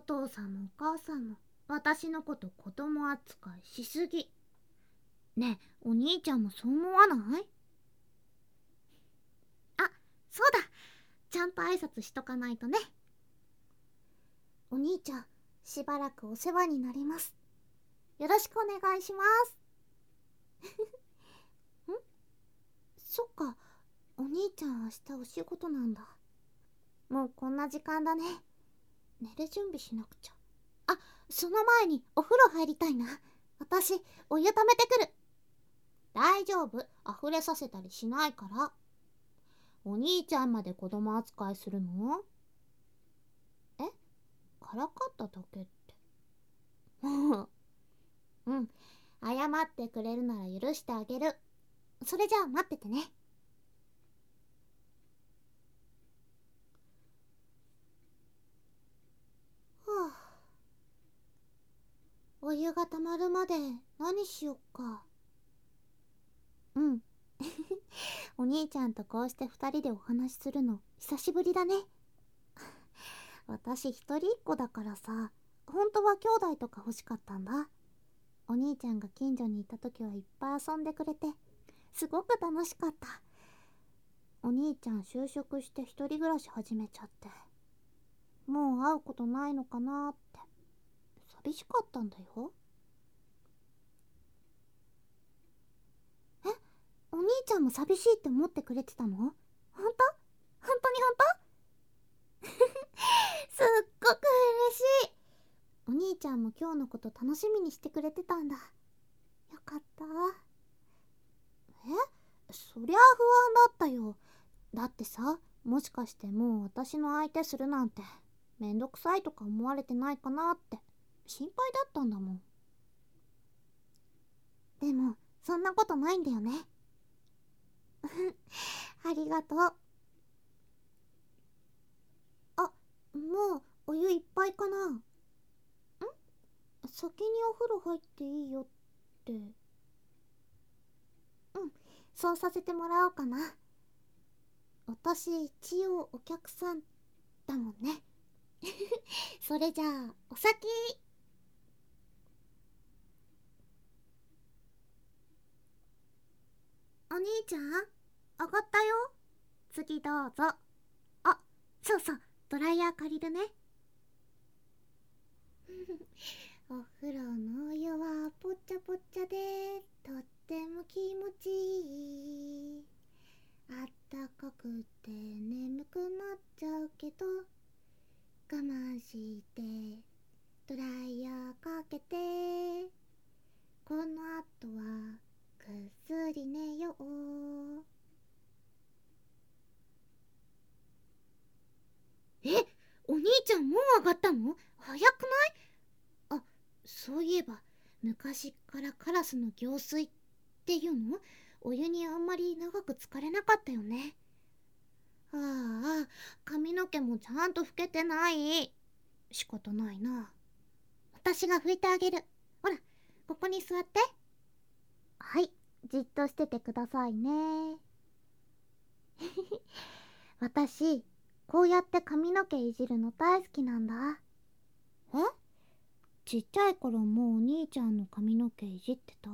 父さんもお母さんも私のこと子供扱いしすぎ。ねえ、お兄ちゃんもそう思わない？あ、そうだ、ちゃんと挨拶しとかないとね。お兄ちゃん、しばらくお世話になります。よろしくお願いします。ん？そっか、お兄ちゃん明日お仕事なんだ。もうこんな時間だね。寝る準備しなくちゃ。あ、その前にお風呂入りたいな。私、お湯溜めてくる。大丈夫、溢れさせたりしないから。お兄ちゃんまで子供扱いするの？え？からかっただけって。もう、うん、謝ってくれるなら許してあげる。それじゃあ待っててね。はあ、お湯が溜まるまで何しよっか。うん。お兄ちゃんとこうして二人でお話しするの久しぶりだね。私一人っ子だからさ、本当は兄弟とか欲しかったんだ。お兄ちゃんが近所にいた時はいっぱい遊んでくれて、すごく楽しかった。お兄ちゃん就職して一人暮らし始めちゃって、もう会うことないのかなって寂しかったんだよ。え、お兄ちゃんも寂しいって思ってくれてたの？本当？本当に本当？すっごく嬉しい。お兄ちゃんも今日のこと楽しみにしてくれてたんだ。よかった。そりゃあ不安だったよ。だってさ、もしかしてもう私の相手するなんてめんどくさいとか思われてないかなって心配だったんだもん。でもそんなことないんだよね。ありがとう。あ、もうお湯いっぱいかな。先にお風呂入っていいよって。うん、そうさせてもらおうかな。私一応お客さんだもんね。それじゃあお先。お兄ちゃん上がったよ。次どうぞ。あ、そうそう、ドライヤー借りるね。お風呂のお湯はぽちゃぽちゃでとっても気持ちいい。あったかくて眠くなっちゃうけど我慢してドライヤーかけて、この後はぐっすり寝よう。え、お兄ちゃんもう上がったの？早くない？あ、そういえば昔からカラスの行水っていうの？お湯にあんまり長く浸かれなかったよね。ああ、髪の毛もちゃんと拭けてない。仕方ないな。私が拭いてあげる。ほら、ここに座って。はい、じっとしててくださいね。私、こうやって髪の毛いじるの大好きなんだ。え？ちっちゃい頃もうお兄ちゃんの髪の毛いじってた？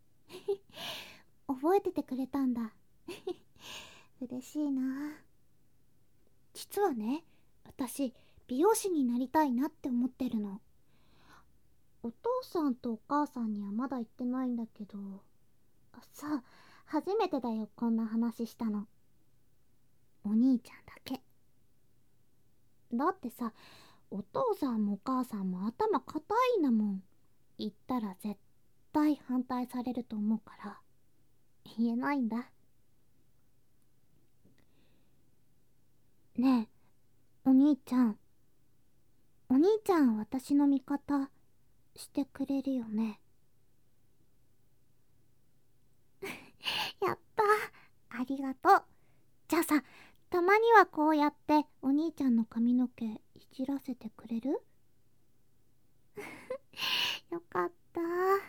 覚えててくれたんだ。嬉しいな。実はね、私、美容師になりたいなって思ってるの。お父さんとお母さんにはまだ言ってないんだけど、さあ、初めてだよ、こんな話したの。お兄ちゃんだけ。だってさ、お父さんもお母さんも頭固いんだもん。言ったら絶対反対されると思うから言えないんだ。ねえ、お兄ちゃん。お兄ちゃん、私の味方してくれるよね？やったー、ありがとう。じゃあさ、たまにはこうやってお兄ちゃんの髪の毛いじらせてくれる？よかったー。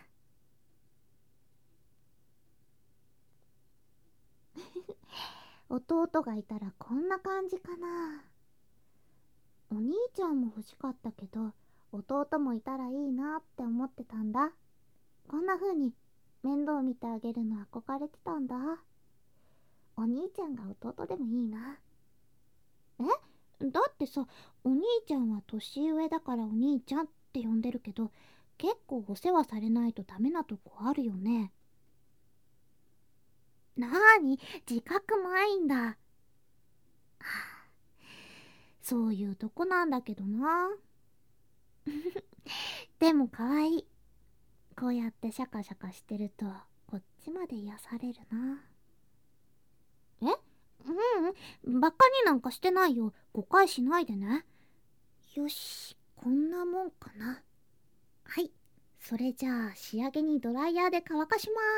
弟がいたらこんな感じかな。お兄ちゃんも欲しかったけど、 弟もいたらいいなって思ってたんだ。こんな風に面倒見てあげるの憧れてたんだ。お兄ちゃんが弟でもいいな。だってさ、お兄ちゃんは年上だからお兄ちゃんって呼んでるけど、結構お世話されないとダメなとこあるよね。なーに、自覚ないんだ。はあ、そういうとこなんだけどな。でも可愛い。こうやってシャカシャカしてるとこっちまで癒されるな。ばっかになんかしてないよ。誤解しないでね。よし、こんなもんかな。はい、それじゃあ仕上げにドライヤーで乾かします。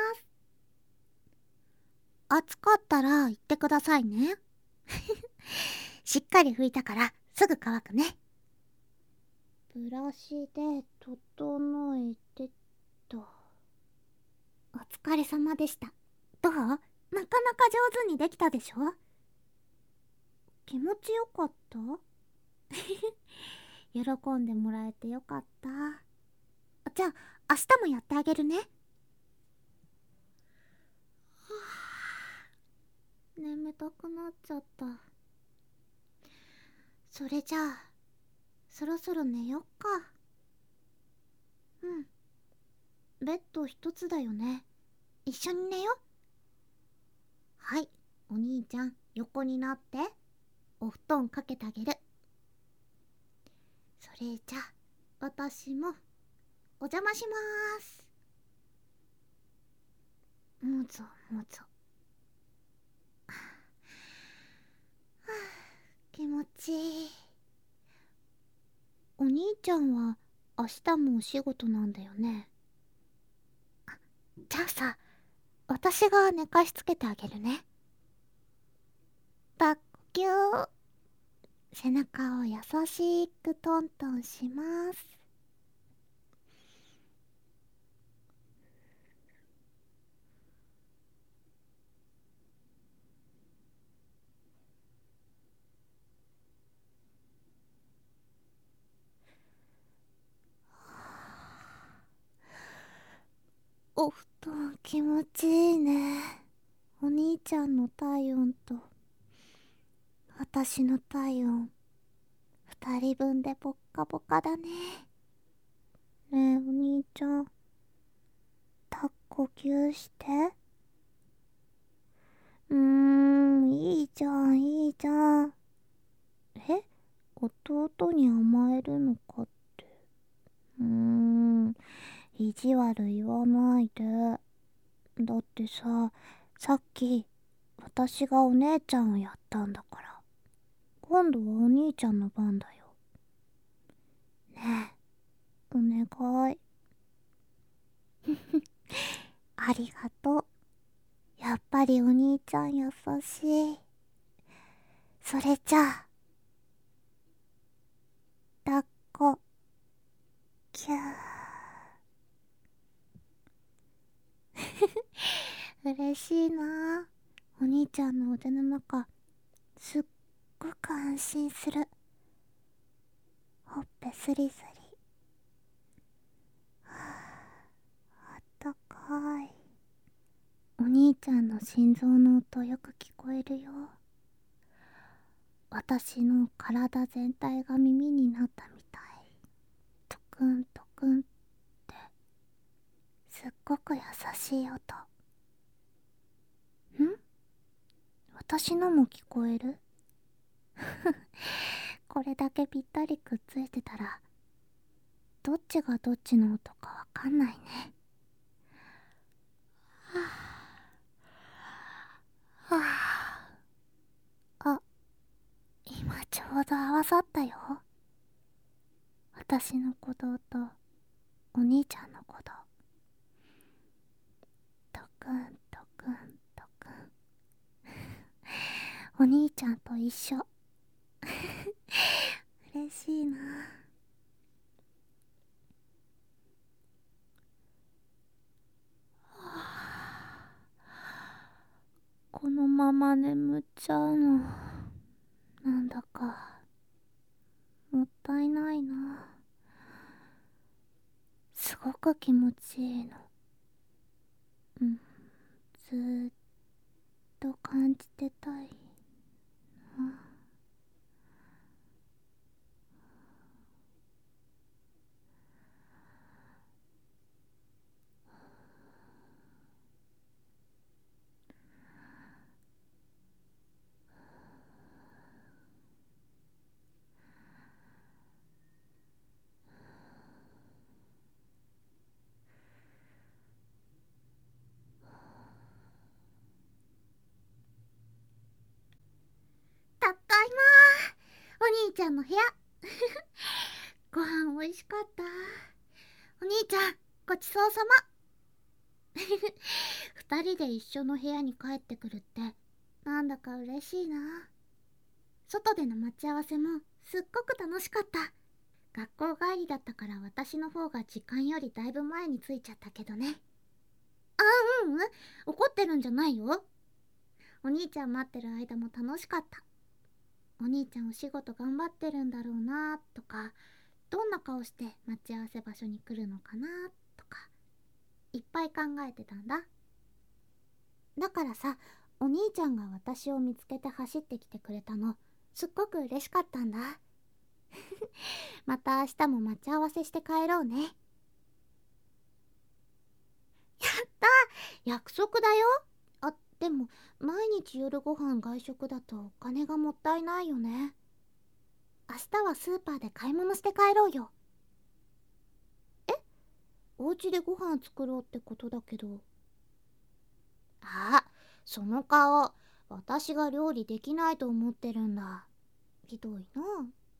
暑かったら言ってくださいね。しっかり拭いたからすぐ乾くね。ブラシで整えてと。お疲れ様でした。どう？なかなか上手にできたでしょ？気持ちよかった？喜んでもらえてよかった。じゃあ明日もやってあげるね。はあ、眠たくなっちゃった。それじゃあそろそろ寝よっか。うん、ベッド一つだよね。一緒に寝よ。はい、お兄ちゃん横になって。お布団かけてあげる。それじゃあ私もお邪魔します。もぞもぞ。はあ、気持ちいい。お兄ちゃんは明日もお仕事なんだよね。じゃあさ、私が寝かしつけてあげるね。バッキュー。背中を優しくトントンします。お布団気持ちいいね。お兄ちゃんの体温と私の体温、二人分でポッカポカだね。ねえお兄ちゃん、呼吸して。いいじゃんいいじゃん。弟に甘えるのかって。意地悪言わないで。だってさ、さっき私がお姉ちゃんをやったんだから、今度はお兄ちゃんの番だよ。ねえ、お願い。ありがとう。やっぱりお兄ちゃん優しい。それじゃあ、抱っこ、キュー。嬉しいな。お兄ちゃんの腕の中、すっごく安心する。ほっぺスリスリ。あったかい。お兄ちゃんの心臓の音よく聞こえるよ。私の体全体が耳になったみたい。トクントクンって、すっごく優しい音。私のも聞こえる？これだけぴったりくっついてたら、どっちがどっちの音かわかんないね。はあ、あ、今ちょうど合わさったよ。私の鼓動とお兄ちゃんの鼓動。トクントクントクン。お兄ちゃんと一緒。嬉しいな。このまま眠っちゃうの、なんだかもったいないな。 か気持ちいいの。ずーっと感じてたいな。たっだいまー。お兄ちゃんの部屋ご飯おいしかった。お兄ちゃん、ごちそうさま。二人で一緒の部屋に帰ってくるってなんだか嬉しいな。外での待ち合わせもすっごく楽しかった。学校帰りだったから私の方が時間よりだいぶ前に着いちゃったけどね。あ、怒ってるんじゃないよ。お兄ちゃん待ってる間も楽しかった。お兄ちゃんお仕事頑張ってるんだろうなとか、どんな顔して待ち合わせ場所に来るのかなとか、いっぱい考えてたんだ。だからさ、お兄ちゃんが私を見つけて走ってきてくれたのすっごく嬉しかったんだ。また明日も待ち合わせして帰ろうね。やったー、約束だよ。あ、でも毎日夜ご飯外食だとお金がもったいないよね。明日はスーパーで買い物して帰ろうよ。え、お家でご飯作ろうってことだけど。あ、その顔、私が料理できないと思ってるんだ。ひどいな。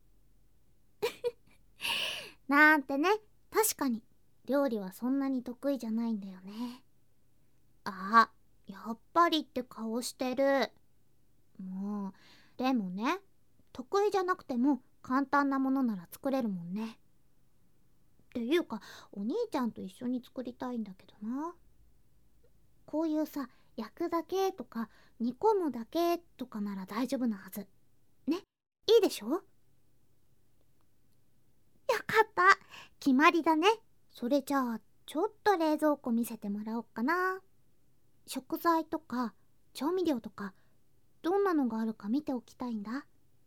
なんてね、確かに料理はそんなに得意じゃないんだよね。あ、やっぱりって顔してる。もう、でもね、得意じゃなくても簡単なものなら作れるもんね。っていうか、お兄ちゃんと一緒に作りたいんだけどな。こういうさ、焼くだけとか煮込むだけとかなら大丈夫なはず。ね、いいでしょ？よかった。決まりだね。それじゃあ、ちょっと冷蔵庫見せてもらおうかな。食材とか調味料とかどんなのがあるか見ておきたいんだ。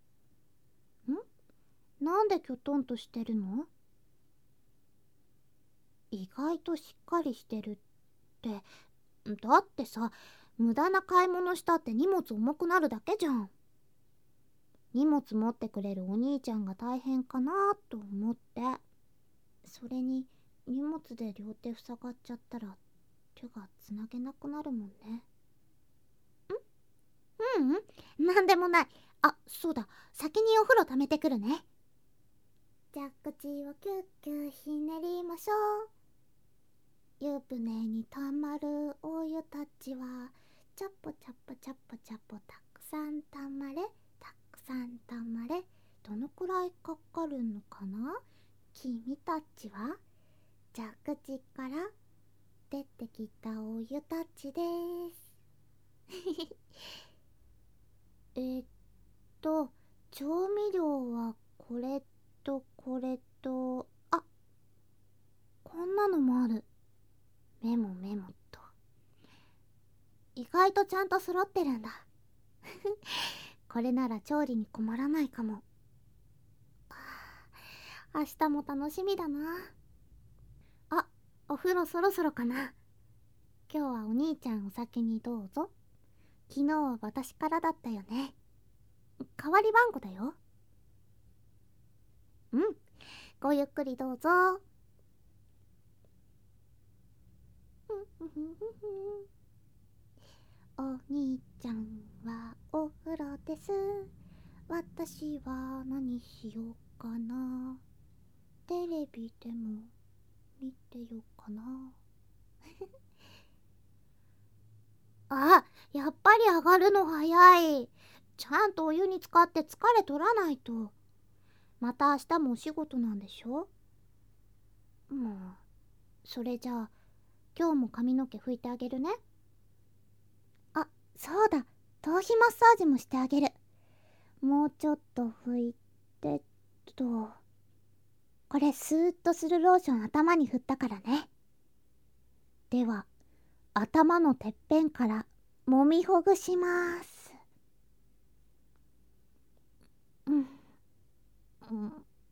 なんできょとんとしてるの？意外としっかりしてるって。だってさ、無駄な買い物したって荷物重くなるだけじゃん。荷物持ってくれるお兄ちゃんが大変かなと思って。それに荷物で両手塞がっちゃったら手がつなげなくなるもんね。なんでもない。あ、そうだ、先にお風呂溜めてくるね。じゃあ口をキュッキュひねりましょう。湯船にたまるお湯たちはチャポチャポチャポチャポたくさんたまれ、たくさんたまれ。どのくらいかかるのかな？君たちは蛇口から出てきたお湯たちです。えっ調味料はこれとこれと、あ、こんなのもある。メモメモと。意外とちゃんと揃ってるんだ。これなら調理に困らないかも。明日も楽しみだな。あ、お風呂そろそろかな。今日はお兄ちゃんお先にどうぞ。昨日は私からだったよね。代わり番号だよ。ごゆっくりどうぞ。お兄ちゃんはお風呂です。私は何しようかな。テレビでも見てようかな。あ、やっぱり上がるの早い。ちゃんとお湯に浸かって疲れ取らないと。また明日もお仕事なんでしょ？もう、それじゃあ今日も髪の毛拭いてあげるね。あ、そうだ、頭皮マッサージもしてあげる。もうちょっと拭いてと。 これスーッとするローション頭に振ったからね。では頭のてっぺんから揉みほぐします。うんうん。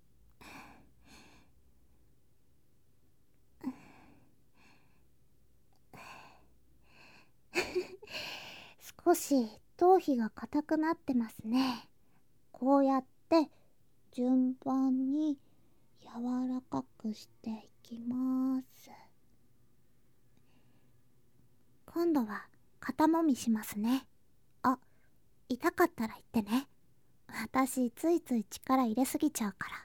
少し頭皮が硬くなってますね。こうやって順番に柔らかくしていきます。今度は肩もみしますね。あ、痛かったら言ってね。私ついつい力入れすぎちゃうから。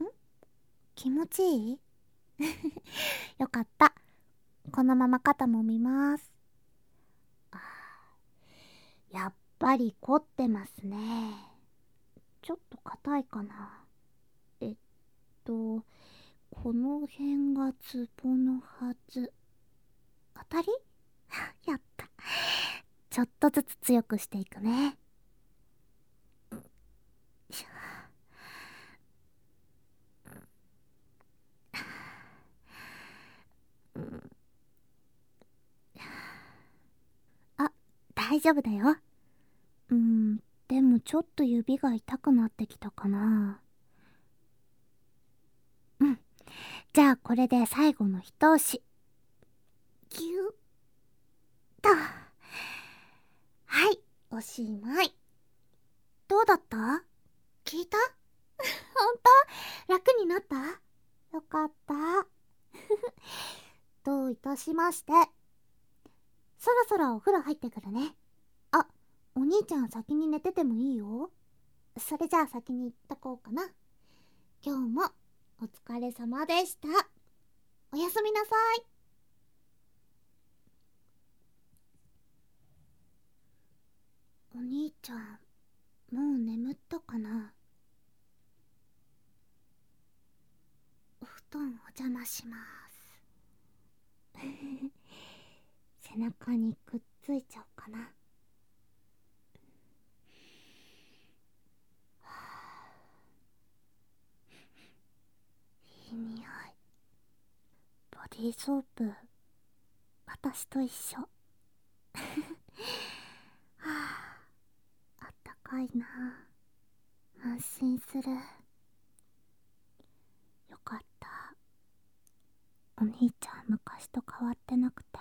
気持ちいい？よかった。このまま肩もみます。やっぱり凝ってますね。ちょっと硬いかな。この辺がツボのはず。当たり？やった。ちょっとずつ強くしていくね。あ、大丈夫だよ。でもちょっと指が痛くなってきたかな。じゃあこれで最後の一押し。ぎゅっと。はい、おしまい。どうだった？聞いた？ほんと？楽になった？よかった。どういたしまして。そろそろお風呂入ってくるね。あ、お兄ちゃん先に寝ててもいいよ。それじゃあ先に行っとこうかな。今日もお疲れ様でした。おやすみなさい。お兄ちゃん、もう眠ったかな？お布団お邪魔します。背中にくっついちゃおうかな。いい匂い。ボディーソープ、私と一緒。はあ、あったかいな。安心する。よかった。お兄ちゃん昔と変わってなくて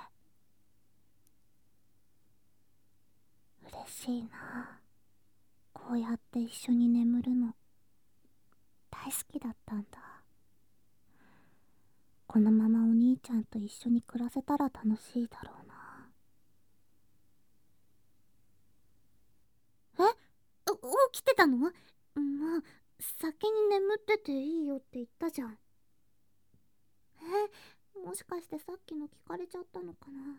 嬉しいな。こうやって一緒に眠るの大好きだったんだ。このままお兄ちゃんと一緒に暮らせたら楽しいだろうな。起きてたの？もう先に眠ってていいよって言ったじゃん。もしかしてさっきの聞かれちゃったのかな？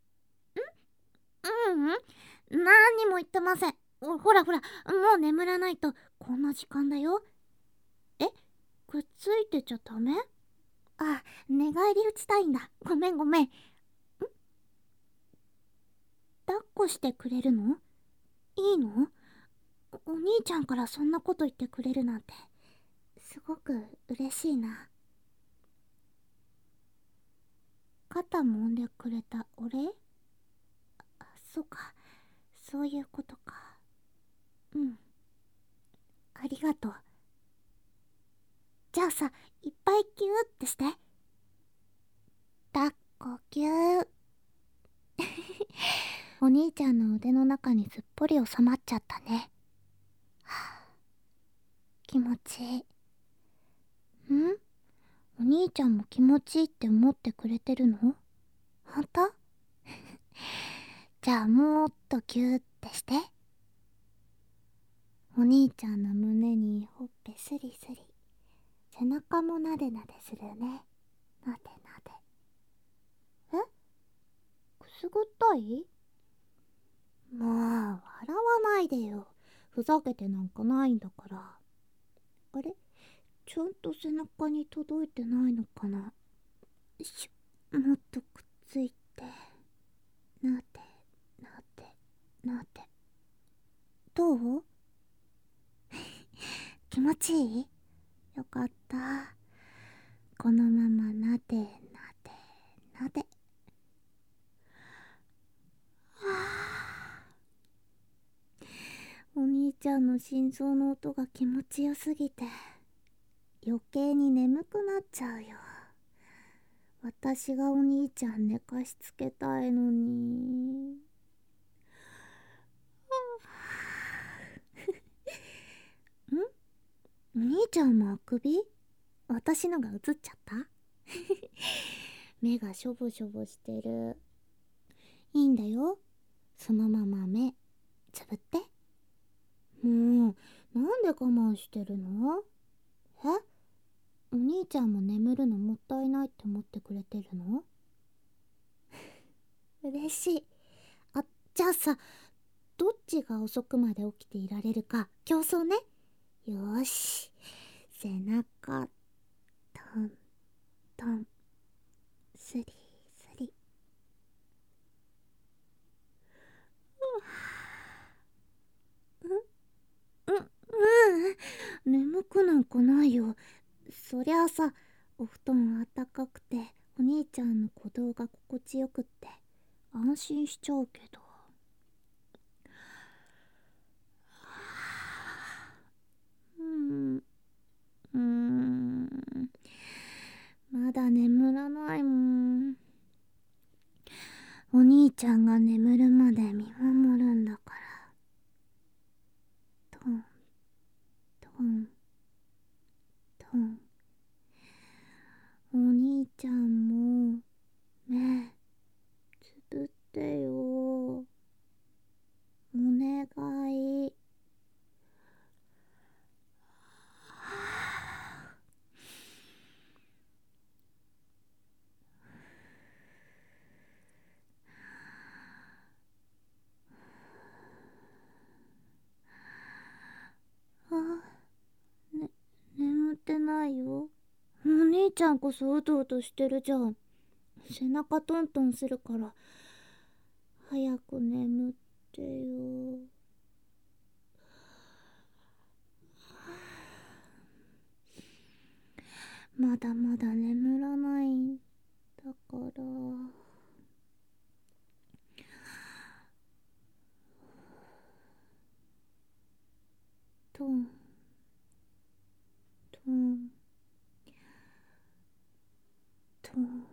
何にも言ってません。ほらほら、もう眠らないと。こんな時間だよ。くっついてちゃダメ？あ、寝返り打ちたいんだ。ごめんごめん。抱っこしてくれるの？いいの？お兄ちゃんからそんなこと言ってくれるなんてすごく嬉しいな。肩揉んでくれたお礼？そうか、そういうことか。ありがとう。じゃあさ、いっぱいギューってして。抱っこぎゅー。お兄ちゃんの腕の中にすっぽり収まっちゃったね。はあ、気持ちいい。お兄ちゃんも気持ちいいって思ってくれてるの？ほんと？じゃあもっとギューってして。お兄ちゃんの胸にほっぺスリスリ、背中もなでなでするね。なでなで。くすぐったい？まあ笑わないでよ。ふざけてなんかないんだから。あれ、ちゃんと背中に届いてないのかな。よいしょ、もっとくっついて、なでなでなで。どう？気持ちいい？ よかった。このままなでなでなで。はあ、お兄ちゃんの心臓の音が気持ちよすぎて余計に眠くなっちゃうよ。私がお兄ちゃん寝かしつけたいのに。お兄ちゃんもあくび？私のが映っちゃった？目がしょぼしょぼしてる。いいんだよ。そのまま目つぶって。もう、なんで我慢してるの？え？お兄ちゃんも眠るのもったいないって思ってくれてるの？嬉しい。あ、じゃあさ、どっちが遅くまで起きていられるか競争ね。よーし。背中、トントン、スリスリ。眠くなんかないよ。そりゃあさ、お布団あったかくてお兄ちゃんの鼓動が心地よくって安心しちゃうけど。うーん、うーん、まだ眠らないもん。お兄ちゃんが眠るまで見守るんだから。トントントン。お兄ちゃんも目つぶってよ、お願い。あ、ね、眠ってないよ。お兄ちゃんこそうとうとしてるじゃん。背中トントンするから早く眠ってよ。まだまだ眠らないんだから。トントントン。